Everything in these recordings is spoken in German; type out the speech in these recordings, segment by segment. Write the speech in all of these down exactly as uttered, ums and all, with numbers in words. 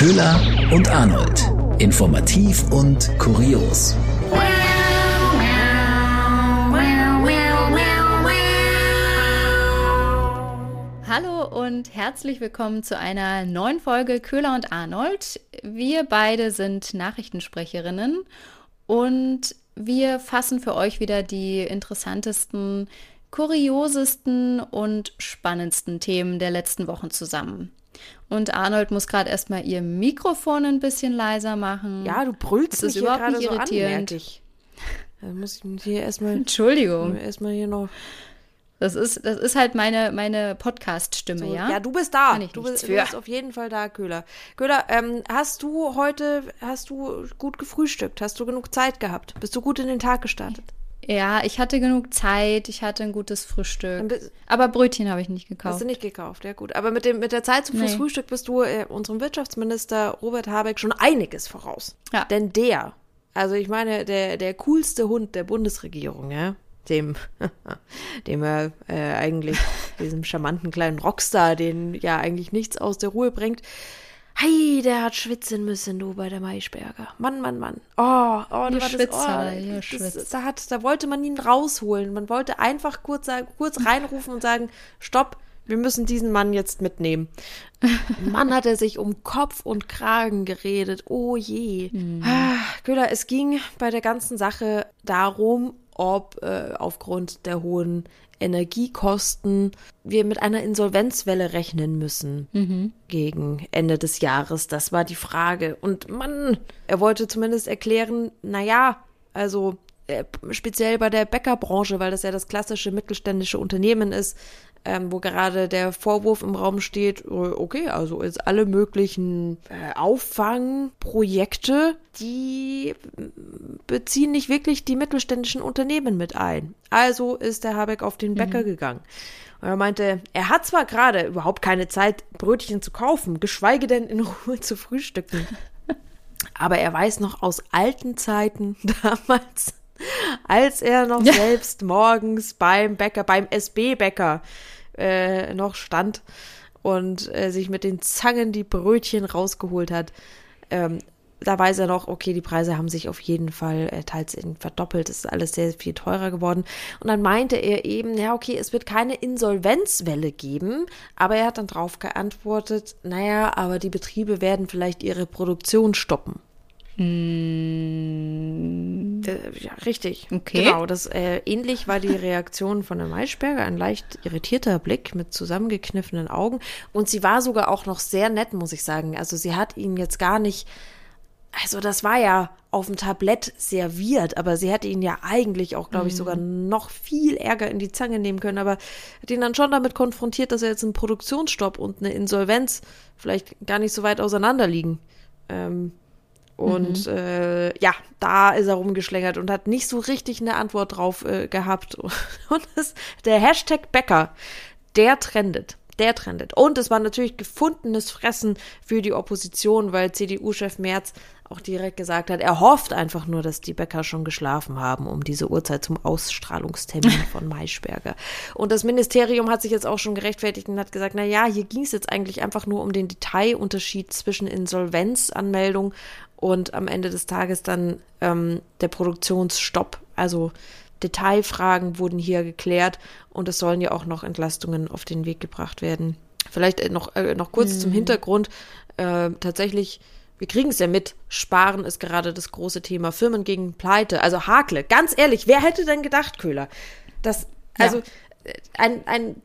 Köhler und Arnold. Informativ und kurios. Hallo und herzlich willkommen zu einer neuen Folge Köhler und Arnold. Wir beide sind Nachrichtensprecherinnen und wir fassen für euch wieder die interessantesten, kuriosesten und spannendsten Themen der letzten Wochen zusammen. Und Arnold muss gerade erstmal ihr Mikrofon ein bisschen leiser machen. Ja, du brüllst das ist mich überhaupt hier nicht gerade so irritierend. an, ich. Dann muss ich mich hier erstmal Entschuldigung. erstmal hier noch. Das ist, das ist halt meine, meine Podcast-Stimme, So, ja? ja, du bist da. Kann ich Du nichts bist, du für. bist auf jeden Fall da, Köhler. Köhler, ähm, hast du heute, hast du gut gefrühstückt? Hast du genug Zeit gehabt? Bist du gut in den Tag gestartet? Ja, ich hatte genug Zeit, ich hatte ein gutes Dann Frühstück. bist- Aber Brötchen habe ich nicht Hast gekauft. du nicht gekauft, ja gut. Aber mit, dem, mit der Zeit zum fürs Nee. Frühstück bist du äh, unserem Wirtschaftsminister Robert Habeck schon einiges voraus. Ja. Denn der, also ich meine, der, der coolste Hund der Bundesregierung, ja, dem, dem er äh, eigentlich, diesem charmanten kleinen Rockstar, den ja eigentlich nichts aus der Ruhe bringt, hei, der hat schwitzen müssen, du, bei der Maischberger. Mann, Mann, Mann. Oh, oh, da war das, schwitzt oh, hat er, hier das, schwitzt. da, hat, da wollte man ihn rausholen. Man wollte einfach kurz, sagen, kurz reinrufen und sagen, stopp, wir müssen diesen Mann jetzt mitnehmen. Mann, hat er sich um Kopf und Kragen geredet. Oh je. Ah, Köhler, es ging bei der ganzen Sache darum, ob äh, aufgrund der hohen Energiekosten wir mit einer Insolvenzwelle rechnen müssen gegen Ende des Jahres. Das war die Frage. Und Mann, er wollte zumindest erklären, naja, also äh, speziell bei der Bäckerbranche, weil das ja das klassische mittelständische Unternehmen ist, ähm, wo gerade der Vorwurf im Raum steht, äh, okay, also jetzt alle möglichen äh, Auffangprojekte, die beziehen nicht wirklich die mittelständischen Unternehmen mit ein. Also ist der Habeck auf den Bäcker gegangen. Und er meinte, er hat zwar gerade überhaupt keine Zeit, Brötchen zu kaufen, geschweige denn in Ruhe zu frühstücken. Aber er weiß noch aus alten Zeiten damals, als er noch Ja. selbst morgens beim Bäcker, beim S B-Bäcker äh, noch stand und äh, sich mit den Zangen die Brötchen rausgeholt hat. Ähm, da weiß er noch, okay, die Preise haben sich auf jeden Fall äh, teils in- verdoppelt, es ist alles sehr viel teurer geworden. Und dann meinte er eben, ja, okay, es wird keine Insolvenzwelle geben, aber er hat dann drauf geantwortet, naja, aber die Betriebe werden vielleicht ihre Produktion stoppen. Äh, Ja, richtig. Okay. Genau, das äh, ähnlich war die Reaktion von der Maischberger, ein leicht irritierter Blick mit zusammengekniffenen Augen. Und sie war sogar auch noch sehr nett, muss ich sagen. Also sie hat ihn jetzt gar nicht, also das war ja auf dem Tablett serviert, aber sie hätte ihn ja eigentlich auch, glaube ich, sogar noch viel Ärger in die Zange nehmen können, aber hat ihn dann schon damit konfrontiert, dass er jetzt einen Produktionsstopp und eine Insolvenz vielleicht gar nicht so weit auseinander liegen. Ähm, Und äh, ja, da ist er rumgeschlängert und hat nicht so richtig eine Antwort drauf äh, gehabt. Und das, der Hashtag Bäcker, der trendet. Der trendet. Und es war natürlich gefundenes Fressen für die Opposition, weil C D U-Chef Merz auch direkt gesagt hat, er hofft einfach nur, dass die Bäcker schon geschlafen haben um diese Uhrzeit zum Ausstrahlungstermin von Maischberger. Und das Ministerium hat sich jetzt auch schon gerechtfertigt und hat gesagt, na ja, hier ging es jetzt eigentlich einfach nur um den Detailunterschied zwischen Insolvenzanmeldung und am Ende des Tages dann ähm, der Produktionsstopp. Also Detailfragen wurden hier geklärt und es sollen ja auch noch Entlastungen auf den Weg gebracht werden. Vielleicht äh, noch, äh, noch kurz zum Hintergrund. Äh, tatsächlich, wir kriegen es ja mit, Sparen ist gerade das große Thema. Firmen gegen Pleite, also Hakle. Ganz ehrlich, wer hätte denn gedacht, Köhler, dass also äh, ein, ein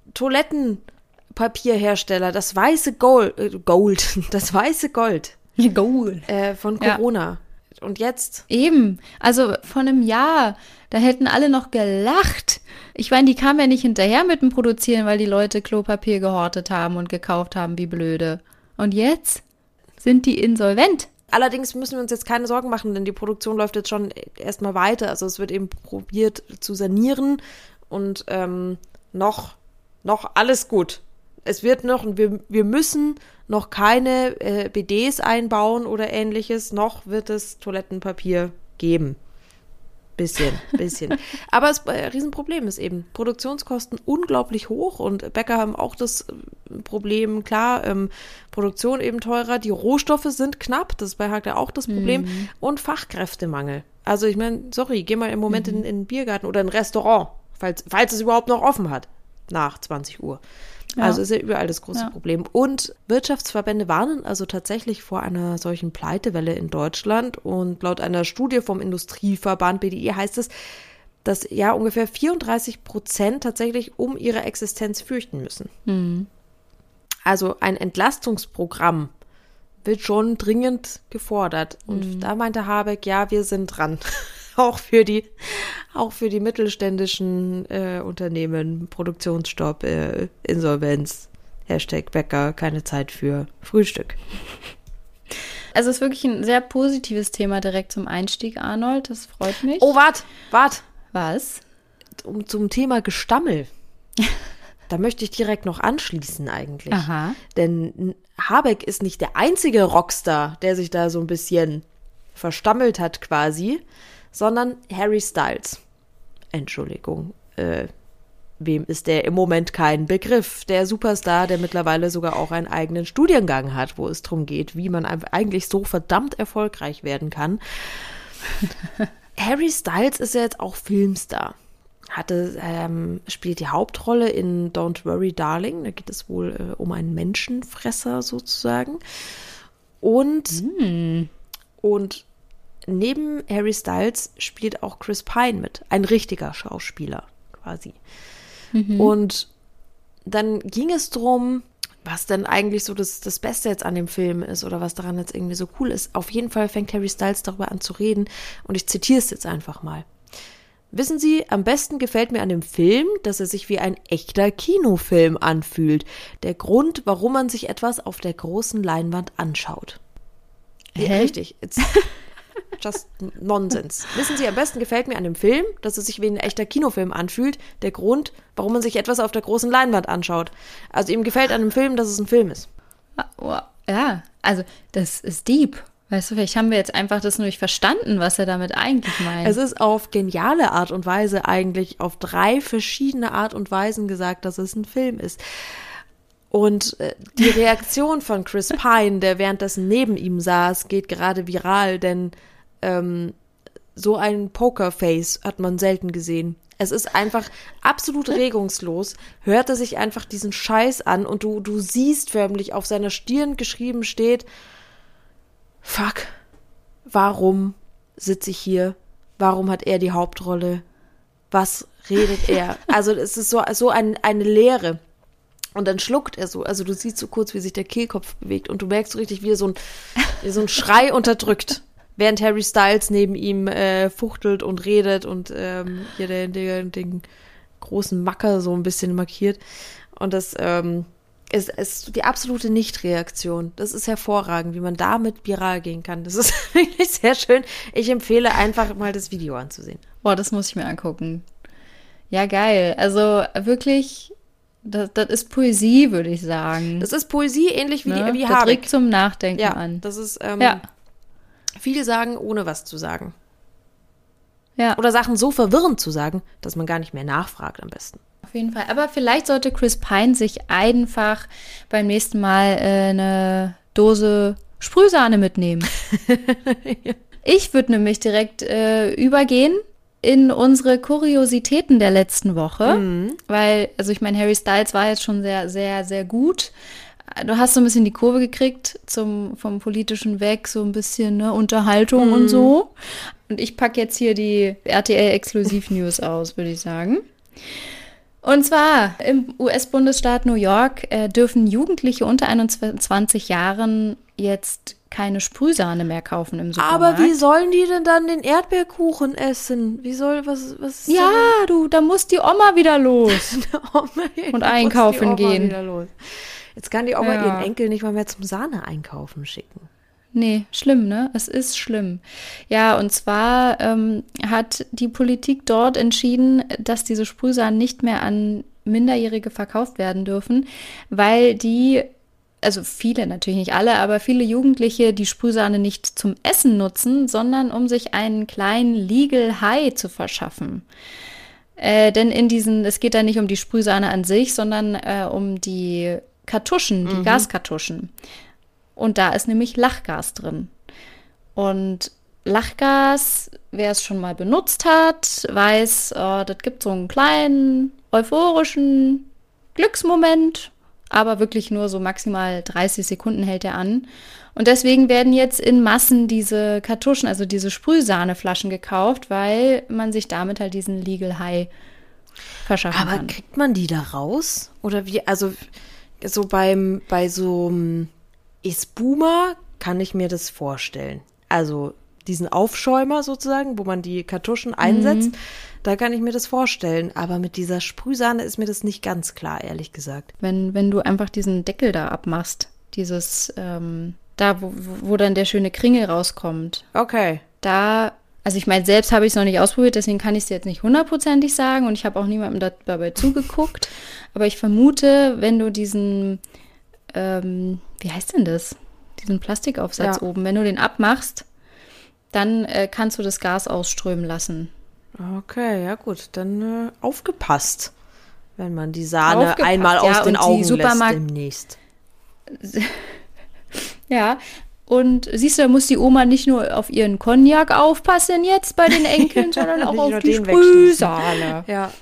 Toilettenpapierhersteller, das weiße Gold, äh, Gold, das weiße Gold Goal. äh, von Ja. Corona. Und jetzt? Eben, also vor einem Jahr, da hätten alle noch gelacht. Ich meine, die kamen ja nicht hinterher mit dem Produzieren, weil die Leute Klopapier gehortet haben und gekauft haben, wie blöde. Und jetzt sind die insolvent. Allerdings müssen wir uns jetzt keine Sorgen machen, denn die Produktion läuft jetzt schon erstmal weiter. Also es wird eben probiert zu sanieren und ähm, noch, noch alles gut. Es wird noch, wir, wir müssen noch keine äh, B Ds einbauen oder ähnliches, noch wird es Toilettenpapier geben. Bisschen, bisschen. Aber das äh, Riesenproblem ist eben, Produktionskosten unglaublich hoch und Bäcker haben auch das Problem, klar, ähm, Produktion eben teurer, die Rohstoffe sind knapp, das ist bei Hack auch das Problem, mhm. und Fachkräftemangel. Also ich meine, sorry, geh mal im Moment mhm. in, in einen Biergarten oder ein Restaurant, falls, falls es überhaupt noch offen hat, nach zwanzig Uhr. Ja. Also ist ja überall das große ja. Problem. Und Wirtschaftsverbände warnen also tatsächlich vor einer solchen Pleitewelle in Deutschland. Und laut einer Studie vom Industrieverband B D I heißt es, dass ja ungefähr vierunddreißig Prozent tatsächlich um ihre Existenz fürchten müssen. Mhm. Also ein Entlastungsprogramm wird schon dringend gefordert. Und mhm. da meinte Habeck, ja, wir sind dran. auch für die, auch für die mittelständischen äh, Unternehmen, Produktionsstopp, äh, Insolvenz, Hashtag Bäcker, keine Zeit für Frühstück. Also es ist wirklich ein sehr positives Thema direkt zum Einstieg, Arnold. Das freut mich. Oh, wart, wart. Was? Um, zum Thema Gestammel. Da möchte ich direkt noch anschließen eigentlich. Aha. Denn Habeck ist nicht der einzige Rockstar, der sich da so ein bisschen verstammelt hat quasi, sondern Harry Styles. Entschuldigung, äh, wem ist der im Moment kein Begriff? Der Superstar, der mittlerweile sogar auch einen eigenen Studiengang hat, wo es darum geht, wie man eigentlich so verdammt erfolgreich werden kann. Harry Styles ist ja jetzt auch Filmstar. Hatte, ähm, spielt die Hauptrolle in Don't Worry Darling. Da geht es wohl äh, um einen Menschenfresser sozusagen. Und, mm. und neben Harry Styles spielt auch Chris Pine mit. Ein richtiger Schauspieler quasi. Mhm. Und dann ging es drum, was denn eigentlich so das, das Beste jetzt an dem Film ist oder was daran jetzt irgendwie so cool ist. Auf jeden Fall fängt Harry Styles darüber an zu reden und ich zitiere es jetzt einfach mal. Wissen Sie, am besten gefällt mir an dem Film, dass er sich wie ein echter Kinofilm anfühlt. Der Grund, warum man sich etwas auf der großen Leinwand anschaut. Ja, richtig, it's just nonsense. Wissen Sie, am besten gefällt mir an dem Film, dass es sich wie ein echter Kinofilm anfühlt. Der Grund, warum man sich etwas auf der großen Leinwand anschaut. Also ihm gefällt an dem Film, dass es ein Film ist. Ja, also das ist deep. Weißt du, vielleicht haben wir jetzt einfach das nur nicht verstanden, was er damit eigentlich meint. Es ist auf geniale Art und Weise eigentlich auf drei verschiedene Art und Weisen gesagt, dass es ein Film ist. Und äh, die Reaktion von Chris Pine, der währenddessen neben ihm saß, geht gerade viral, denn ähm, so ein Pokerface hat man selten gesehen. Es ist einfach absolut regungslos, hört er sich einfach diesen Scheiß an und du, du siehst förmlich, auf seiner Stirn geschrieben steht, fuck, warum sitze ich hier? Warum hat er die Hauptrolle? Was redet er? Also es ist so, so ein, eine Leere. Und dann schluckt er so. Also du siehst so kurz, wie sich der Kehlkopf bewegt. Und du merkst so richtig, wie er so ein, wie so ein Schrei unterdrückt, während Harry Styles neben ihm äh, fuchtelt und redet und ähm, hier den, den, den großen Macker so ein bisschen markiert. Und das ähm, ist, ist die absolute Nichtreaktion. Das ist hervorragend, wie man damit viral gehen kann. Das ist wirklich sehr schön. Ich empfehle einfach mal das Video anzusehen. Boah, das muss ich mir angucken. Ja, geil. Also wirklich, das, das ist Poesie, würde ich sagen. Das ist Poesie, ähnlich wie, ne? wie Das Habeck. regt zum Nachdenken ja, an. Das ist, ähm, ja. Viele sagen, ohne was zu sagen. Ja. Oder Sachen so verwirrend zu sagen, dass man gar nicht mehr nachfragt am besten. Auf jeden Fall. Aber vielleicht sollte Chris Pine sich einfach beim nächsten Mal äh, eine Dose Sprühsahne mitnehmen. ja. Ich würde nämlich direkt äh, übergehen in unsere Kuriositäten der letzten Woche. Mhm. Weil, also ich meine, Harry Styles war jetzt schon sehr, sehr, sehr gut. Du hast so ein bisschen die Kurve gekriegt zum, vom Politischen weg, so ein bisschen ne, Unterhaltung mhm. und so. Und ich packe jetzt hier die R T L-Exklusiv-News aus, würde ich sagen. Und zwar im U S-Bundesstaat New York äh, dürfen Jugendliche unter einundzwanzig Jahren jetzt keine Sprühsahne mehr kaufen im Supermarkt. Aber wie sollen die denn dann den Erdbeerkuchen essen? Wie soll, was, was? Ja, du, da muss die Oma wieder los Oma, und einkaufen gehen. Wieder los. Jetzt kann die Oma ja. ihren Enkel nicht mal mehr zum Sahne-Einkaufen schicken. Nee, schlimm, ne? Es ist schlimm. Ja, und zwar ähm, hat die Politik dort entschieden, dass diese Sprühsahnen nicht mehr an Minderjährige verkauft werden dürfen, weil die, also viele, natürlich nicht alle, aber viele Jugendliche die Sprühsahne nicht zum Essen nutzen, sondern um sich einen kleinen Legal High zu verschaffen. Äh, denn in diesen, es geht da nicht um die Sprühsahne an sich, sondern äh, um die Kartuschen, die Mhm. Gaskartuschen. Und da ist nämlich Lachgas drin. Und Lachgas, wer es schon mal benutzt hat, weiß, äh, das gibt so einen kleinen euphorischen Glücksmoment, aber wirklich nur so maximal dreißig Sekunden hält er an. Und deswegen werden jetzt in Massen diese Kartuschen, also diese Sprühsahneflaschen gekauft, weil man sich damit halt diesen Legal High verschaffen Aber kann. kriegt man die da raus? Oder wie, also so beim, bei so einem Espuma kann ich mir das vorstellen. Also diesen Aufschäumer sozusagen, wo man die Kartuschen einsetzt, da kann ich mir das vorstellen. Aber mit dieser Sprühsahne ist mir das nicht ganz klar, ehrlich gesagt. Wenn, wenn du einfach diesen Deckel da abmachst, dieses, ähm, da, wo, wo dann der schöne Kringel rauskommt, Okay. da, also ich meine, selbst habe ich es noch nicht ausprobiert, deswegen kann ich es jetzt nicht hundertprozentig sagen und ich habe auch niemandem da- dabei zugeguckt. Aber ich vermute, wenn du diesen, ähm, wie heißt denn das? Diesen Plastikaufsatz Ja. oben, wenn du den abmachst, dann äh, kannst du das Gas ausströmen lassen. Okay, ja gut, dann äh, aufgepasst, wenn man die Sahne Aufgepasst, einmal ja, aus den und die Augen Supermarkt- lässt demnächst. Ja, und siehst du, da muss die Oma nicht nur auf ihren Cognac aufpassen jetzt bei den Enkeln, sondern auch Nicht auf nur die den wegschießen. Sprühsahne. Ja.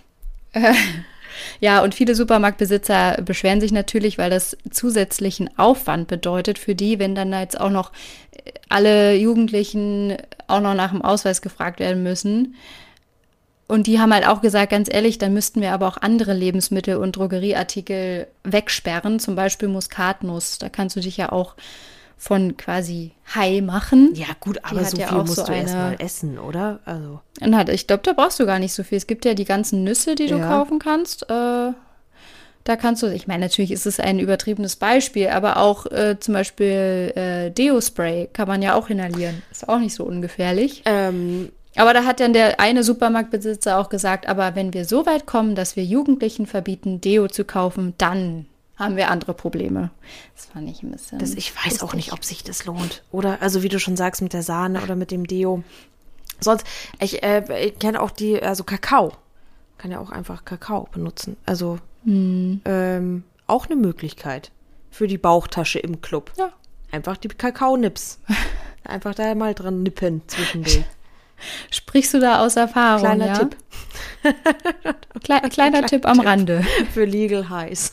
Ja, und viele Supermarktbesitzer beschweren sich natürlich, weil das zusätzlichen Aufwand bedeutet für die, wenn dann jetzt auch noch alle Jugendlichen auch noch nach dem Ausweis gefragt werden müssen. Und die haben halt auch gesagt, ganz ehrlich, dann müssten wir aber auch andere Lebensmittel und Drogerieartikel wegsperren, zum Beispiel Muskatnuss. Da kannst du dich ja auch von quasi high machen. Ja, gut, aber hat so ja viel auch musst so du erst eine- mal essen, oder? Also. Und halt, ich glaube, da brauchst du gar nicht so viel. Es gibt ja die ganzen Nüsse, die du Ja. kaufen kannst. Äh, da kannst du, ich meine, natürlich ist es ein übertriebenes Beispiel, aber auch äh, zum Beispiel äh, Deo-Spray kann man ja auch inhalieren. Ist auch nicht so ungefährlich. Ähm, Aber da hat dann der eine Supermarktbesitzer auch gesagt, aber wenn wir so weit kommen, dass wir Jugendlichen verbieten, Deo zu kaufen, dann haben wir andere Probleme. Das fand ich ein bisschen das, ich weiß auch lustig. nicht, ob sich das lohnt. Oder, also wie du schon sagst, mit der Sahne oder mit dem Deo. Sonst, ich, äh, ich kenne auch die, also Kakao. Kann ja auch einfach Kakao benutzen. Also Hm. ähm, auch eine Möglichkeit für die Bauchtasche im Club. Ja. Einfach die Kakaonips. Einfach da mal dran nippen zwischendurch. Sprichst du da aus Erfahrung? Kleiner ja? Tipp Klei kleiner Tipp am Rande. für Legal Highs.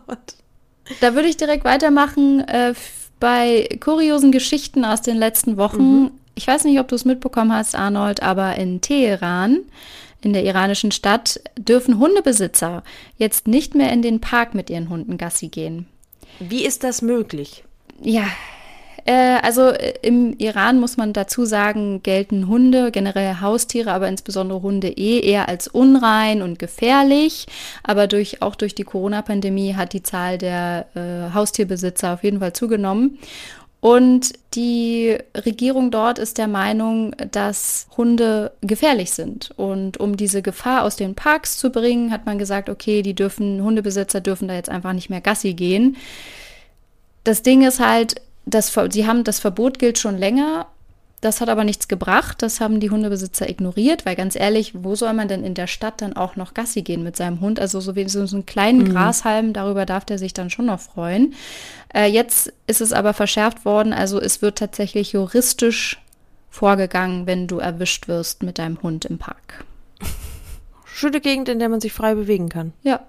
Da würde ich direkt weitermachen äh, f- bei kuriosen Geschichten aus den letzten Wochen. Ich weiß nicht, ob du es mitbekommen hast, Arnold, aber in Teheran, in der iranischen Stadt, dürfen Hundebesitzer jetzt nicht mehr in den Park mit ihren Hunden Gassi gehen. Wie ist das möglich? Ja, äh, also äh, im Iran muss man dazu sagen, gelten Hunde, generell Haustiere, aber insbesondere Hunde eh eher als unrein und gefährlich. Aber durch, auch durch die Corona-Pandemie hat die Zahl der äh, Haustierbesitzer auf jeden Fall zugenommen. Und die Regierung dort ist der Meinung, dass Hunde gefährlich sind. Und um diese Gefahr aus den Parks zu bringen, hat man gesagt, okay, die dürfen, Hundebesitzer dürfen da jetzt einfach nicht mehr Gassi gehen. Das Ding ist halt, das, sie haben, das Verbot gilt schon länger. Das hat aber nichts gebracht. Das haben die Hundebesitzer ignoriert, weil ganz ehrlich, wo soll man denn in der Stadt dann auch noch Gassi gehen mit seinem Hund? Also so wie so einen kleinen Mhm. Grashalm, darüber darf der sich dann schon noch freuen. Äh, jetzt ist es aber verschärft worden. Also es wird tatsächlich juristisch vorgegangen, wenn du erwischt wirst mit deinem Hund im Park. Schöne Gegend, in der man sich frei bewegen kann. Ja.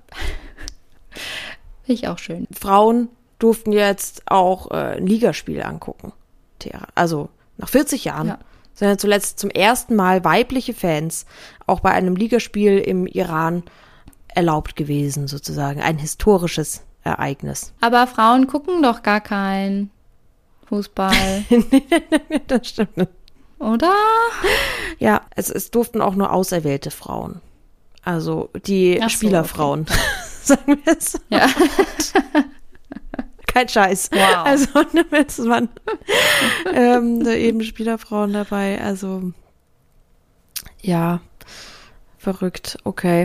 Finde ich auch schön. Frauen durften jetzt auch äh, ein Ligaspiel angucken. Thera- Also nach vierzig Jahren Ja. sind ja zuletzt zum ersten Mal weibliche Fans auch bei einem Ligaspiel im Iran erlaubt gewesen, sozusagen. Ein historisches Ereignis. Aber Frauen gucken doch gar kein Fußball, Das stimmt. oder? Ja, es, es durften auch nur auserwählte Frauen. Also die Ach so, Spielerfrauen, sagen wir es. Ja. Kein Scheiß. Wow. Also es waren ähm, da eben Spielerfrauen dabei. Also ja, verrückt. Okay.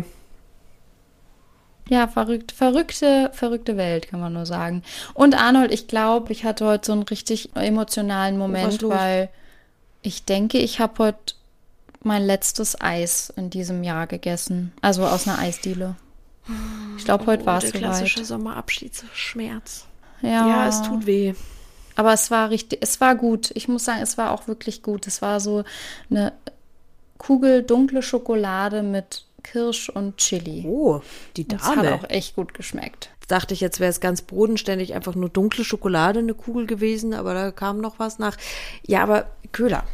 Ja, verrückt, verrückte, verrückte Welt, kann man nur sagen. Und Arnold, ich glaube, ich hatte heute so einen richtig emotionalen Was Moment, los? weil ich denke, ich habe heute mein letztes Eis in diesem Jahr gegessen. Also aus einer Eisdiele. Ich glaube, heute Oh, war es der soweit. klassische Sommerabschiedsschmerz. Ja. Ja, es tut weh. Aber es war richtig, es war gut. Ich muss sagen, es war auch wirklich gut. Es war so eine Kugel dunkle Schokolade mit Kirsch und Chili. Oh, die Das hat Dame. auch echt gut geschmeckt. Dachte ich, jetzt wäre es ganz bodenständig einfach nur dunkle Schokolade, eine Kugel gewesen, aber da kam noch was nach. Ja, aber Köhler.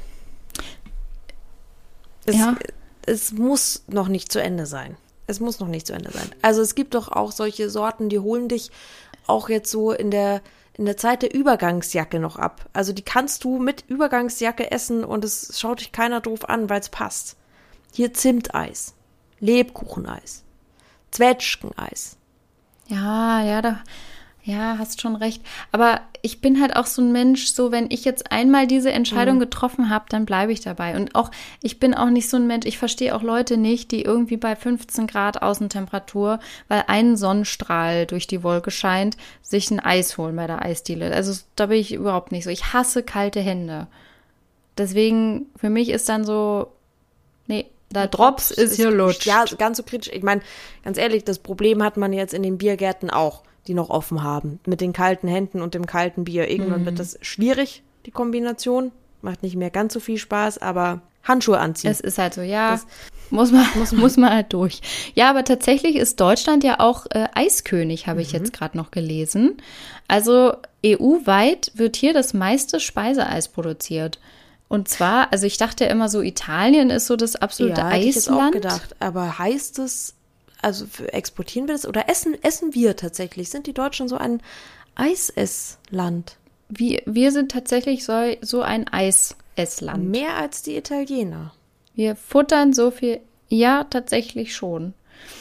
Es, Ja. es muss noch nicht zu Ende sein. Es muss noch nicht zu Ende sein. Also es gibt doch auch solche Sorten, die holen dich auch jetzt so in der, in der Zeit der Übergangsjacke noch ab. Also die kannst du mit Übergangsjacke essen und es schaut dich keiner doof an, weil es passt. Hier Zimteis, Lebkucheneis, Zwetschgeneis. Ja, ja, da, ja, hast schon recht. Aber ich bin halt auch so ein Mensch, so wenn ich jetzt einmal diese Entscheidung Mhm. getroffen habe, dann bleibe ich dabei. Und auch, ich bin auch nicht so ein Mensch, ich verstehe auch Leute nicht, die irgendwie bei fünfzehn Grad Außentemperatur, weil ein Sonnenstrahl durch die Wolke scheint, sich ein Eis holen bei der Eisdiele. Also da bin ich überhaupt nicht so. Ich hasse kalte Hände. Deswegen, für mich ist dann so, nee, da Drops ist hier lutscht. Ja, ganz so kritisch. Ich meine, ganz ehrlich, das Problem hat man jetzt in den Biergärten auch, die noch offen haben. Mit den kalten Händen und dem kalten Bier. Irgendwann Mhm. wird das schwierig, die Kombination. Macht nicht mehr ganz so viel Spaß, aber Handschuhe anziehen. Es ist halt so, ja, Das- muss man, muss, muss man halt durch. Ja, aber tatsächlich ist Deutschland ja auch äh, Eiskönig, habe ich jetzt gerade noch gelesen. Also E U-weit wird hier das meiste Speiseeis produziert. Und zwar, also ich dachte immer so, Italien ist so das absolute ja, hätte ich jetzt auch Eisland. gedacht. Aber heißt es, also für- exportieren wir das oder essen, essen wir tatsächlich? Sind die Deutschen so ein Eisessland? Wir, wir sind tatsächlich so, so ein Eisessland. Mehr als die Italiener. Wir futtern so viel, ja, tatsächlich schon.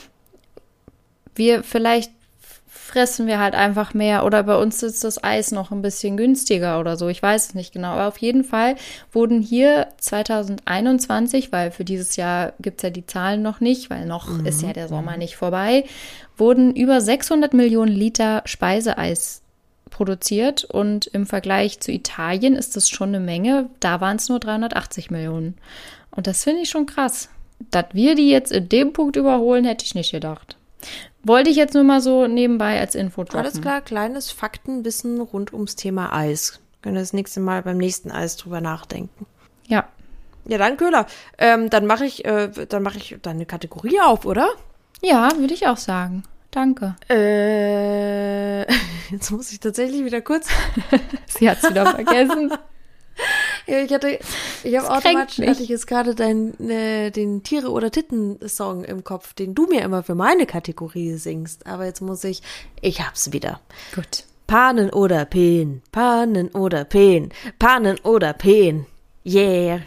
Wir vielleicht fressen wir halt einfach mehr oder bei uns ist das Eis noch ein bisschen günstiger oder so. Ich weiß es nicht genau. Aber auf jeden Fall wurden hier zwanzig einundzwanzig, weil für dieses Jahr gibt es ja die Zahlen noch nicht, weil noch Mhm. ist ja der Sommer nicht vorbei, wurden über sechshundert Millionen Liter Speiseeis produziert und im Vergleich zu Italien ist das schon eine Menge. Da waren es nur dreihundertachtzig Millionen. Und das finde ich schon krass. Dass wir die jetzt in dem Punkt überholen, hätte ich nicht gedacht. Wollte ich jetzt nur mal so nebenbei als Info droppen. Alles klar, kleines Faktenwissen rund ums Thema Eis. Können wir das nächste Mal beim nächsten Eis drüber nachdenken. Ja. Ja, dann Köhler. Ähm, dann mache ich, äh, dann mache ich deine Kategorie auf, oder? Ja, würde ich auch sagen. Danke. Äh, jetzt muss ich tatsächlich wieder kurz. Sie hat es wieder vergessen. Ja, ich hatte, ich habe Das kränkt automatisch, mich. hatte ich jetzt gerade dein, äh, den Tiere- oder Titten-Song im Kopf, den du mir immer für meine Kategorie singst. Aber jetzt muss ich, ich hab's wieder. Gut. Panen oder Peen, Panen oder Peen, Panen oder Peen. Yeah.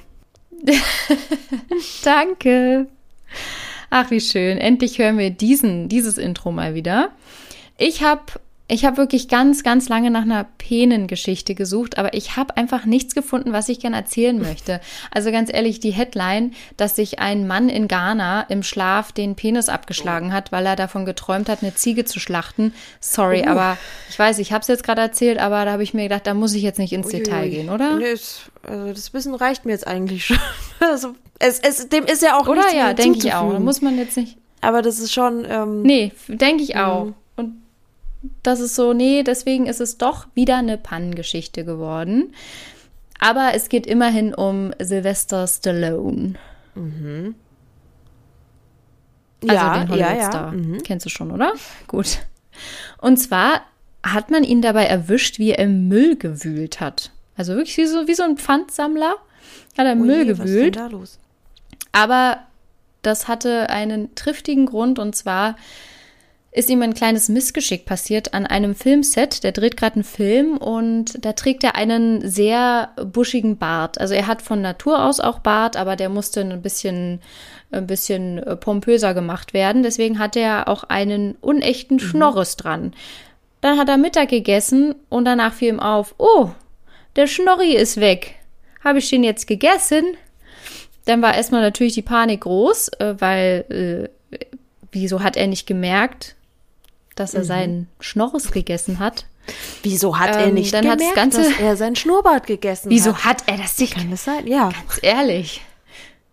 Danke. Ach, wie schön. Endlich hören wir diesen, dieses Intro mal wieder. Ich habe ich hab wirklich ganz, ganz lange nach einer Penengeschichte gesucht, aber ich habe einfach nichts gefunden, was ich gerne erzählen möchte. Also ganz ehrlich, die Headline, dass sich ein Mann in Ghana im Schlaf den Penis abgeschlagen hat, weil er davon geträumt hat, eine Ziege zu schlachten. Sorry, Uh. aber ich weiß, ich habe es jetzt gerade erzählt, aber da habe ich mir gedacht, da muss ich jetzt nicht ins Detail Uiui. gehen, oder? Nee, es, also das Wissen reicht mir jetzt eigentlich schon. Also, es, es, dem ist ja auch Oder nichts ja, mehr denke ich auch. Da hinzuzufügen. muss man jetzt nicht. Aber das ist schon, ähm, Nee, denke ich auch. Mhm. Und das ist so, nee, deswegen ist es doch wieder eine Pannengeschichte geworden. Aber es geht immerhin um Sylvester Stallone. Also ja, den ja, ja. Hollywood-Star. Mhm. Kennst du schon, oder? Gut. Und zwar hat man ihn dabei erwischt, wie er im Müll gewühlt hat. Also wirklich wie so, wie so ein Pfandsammler hat er im Oh Müll je, was ist denn gewühlt. da los? Aber das hatte einen triftigen Grund und zwar ist ihm ein kleines Missgeschick passiert an einem Filmset. Der dreht gerade einen Film und da trägt er einen sehr buschigen Bart. Also er hat von Natur aus auch Bart, aber der musste ein bisschen, ein bisschen pompöser gemacht werden. Deswegen hat er auch einen unechten Schnorres dran. Dann hat er Mittag gegessen und danach fiel ihm auf, oh, der Schnorri ist weg. Habe ich den jetzt gegessen? Dann war erstmal natürlich die Panik groß, äh, weil äh, wieso hat er nicht gemerkt, dass er seinen Schnorres gegessen hat? Wieso hat er Ähm, nicht dann hat das gemerkt, Ganze- dass er sein Schnurrbart gegessen Wieso hat? hat er das nicht? Kann das sein? Ja. Ganz ehrlich.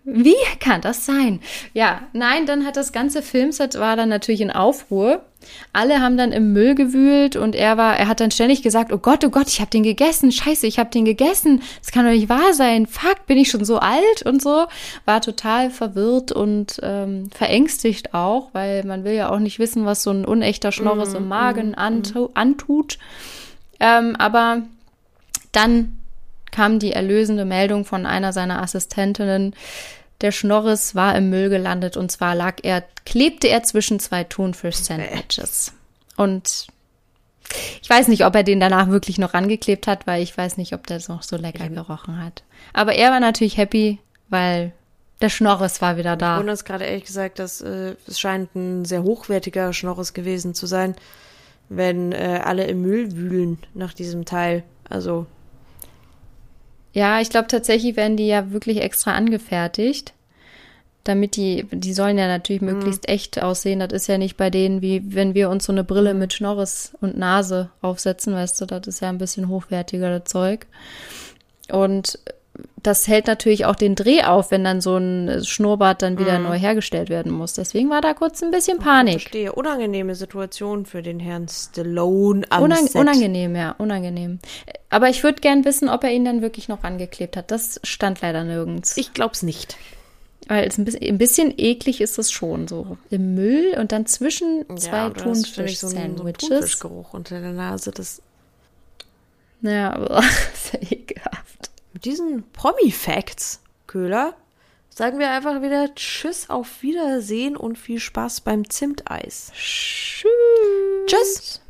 Wie kann das sein? Ja, nein, dann hat das ganze Filmset war dann natürlich in Aufruhr. Alle haben dann im Müll gewühlt und er war, er hat dann ständig gesagt, oh Gott, oh Gott, ich habe den gegessen, scheiße, ich habe den gegessen, das kann doch nicht wahr sein, fuck, bin ich schon so alt und so. War total verwirrt und ähm, verängstigt auch, weil man will ja auch nicht wissen, was so ein unechter Schnorres Mm, im Magen mm, antu- antut. Ähm, aber dann kam die erlösende Meldung von einer seiner Assistentinnen. Der Schnorris war im Müll gelandet und zwar lag er, klebte er zwischen zwei Thunfisch-Sandwiches. Und ich weiß nicht, ob er den danach wirklich noch rangeklebt hat, weil ich weiß nicht, ob der noch so lecker gerochen hat. Aber er war natürlich happy, weil der Schnorris war wieder da. Ich wundere es gerade ehrlich gesagt, dass äh, es scheint ein sehr hochwertiger Schnorris gewesen zu sein, wenn äh, alle im Müll wühlen nach diesem Teil. Also Ja, ich glaube tatsächlich werden die ja wirklich extra angefertigt, damit die, die sollen ja natürlich Mhm. möglichst echt aussehen. Das ist ja nicht bei denen, wie wenn wir uns so eine Brille mit Schnorris und Nase aufsetzen, weißt du, das ist ja ein bisschen hochwertiger, das Zeug. Und das hält natürlich auch den Dreh auf, wenn dann so ein Schnurrbart dann wieder Mhm. neu hergestellt werden muss. Deswegen war da kurz ein bisschen Panik. verstehe. Unangenehme Situation für den Herrn Stallone am Unang Set. unangenehm, ja, unangenehm. Aber ich würde gern wissen, ob er ihn dann wirklich noch angeklebt hat. Das stand leider nirgends. Ich glaub's nicht. Weil es ein bisschen, ein bisschen eklig ist es schon so. Im Müll und dann zwischen zwei Ja, aber das ist, finde ich, so ein, so ein Thunfisch-Sandwiches. Thunfischgeruch unter der Nase. Das, Ja, aber ist ja ekelhaft. mit diesen Promi-Facts, Köhler, sagen wir einfach wieder Tschüss, auf Wiedersehen und viel Spaß beim Zimteis. Tschüss. Tschüss.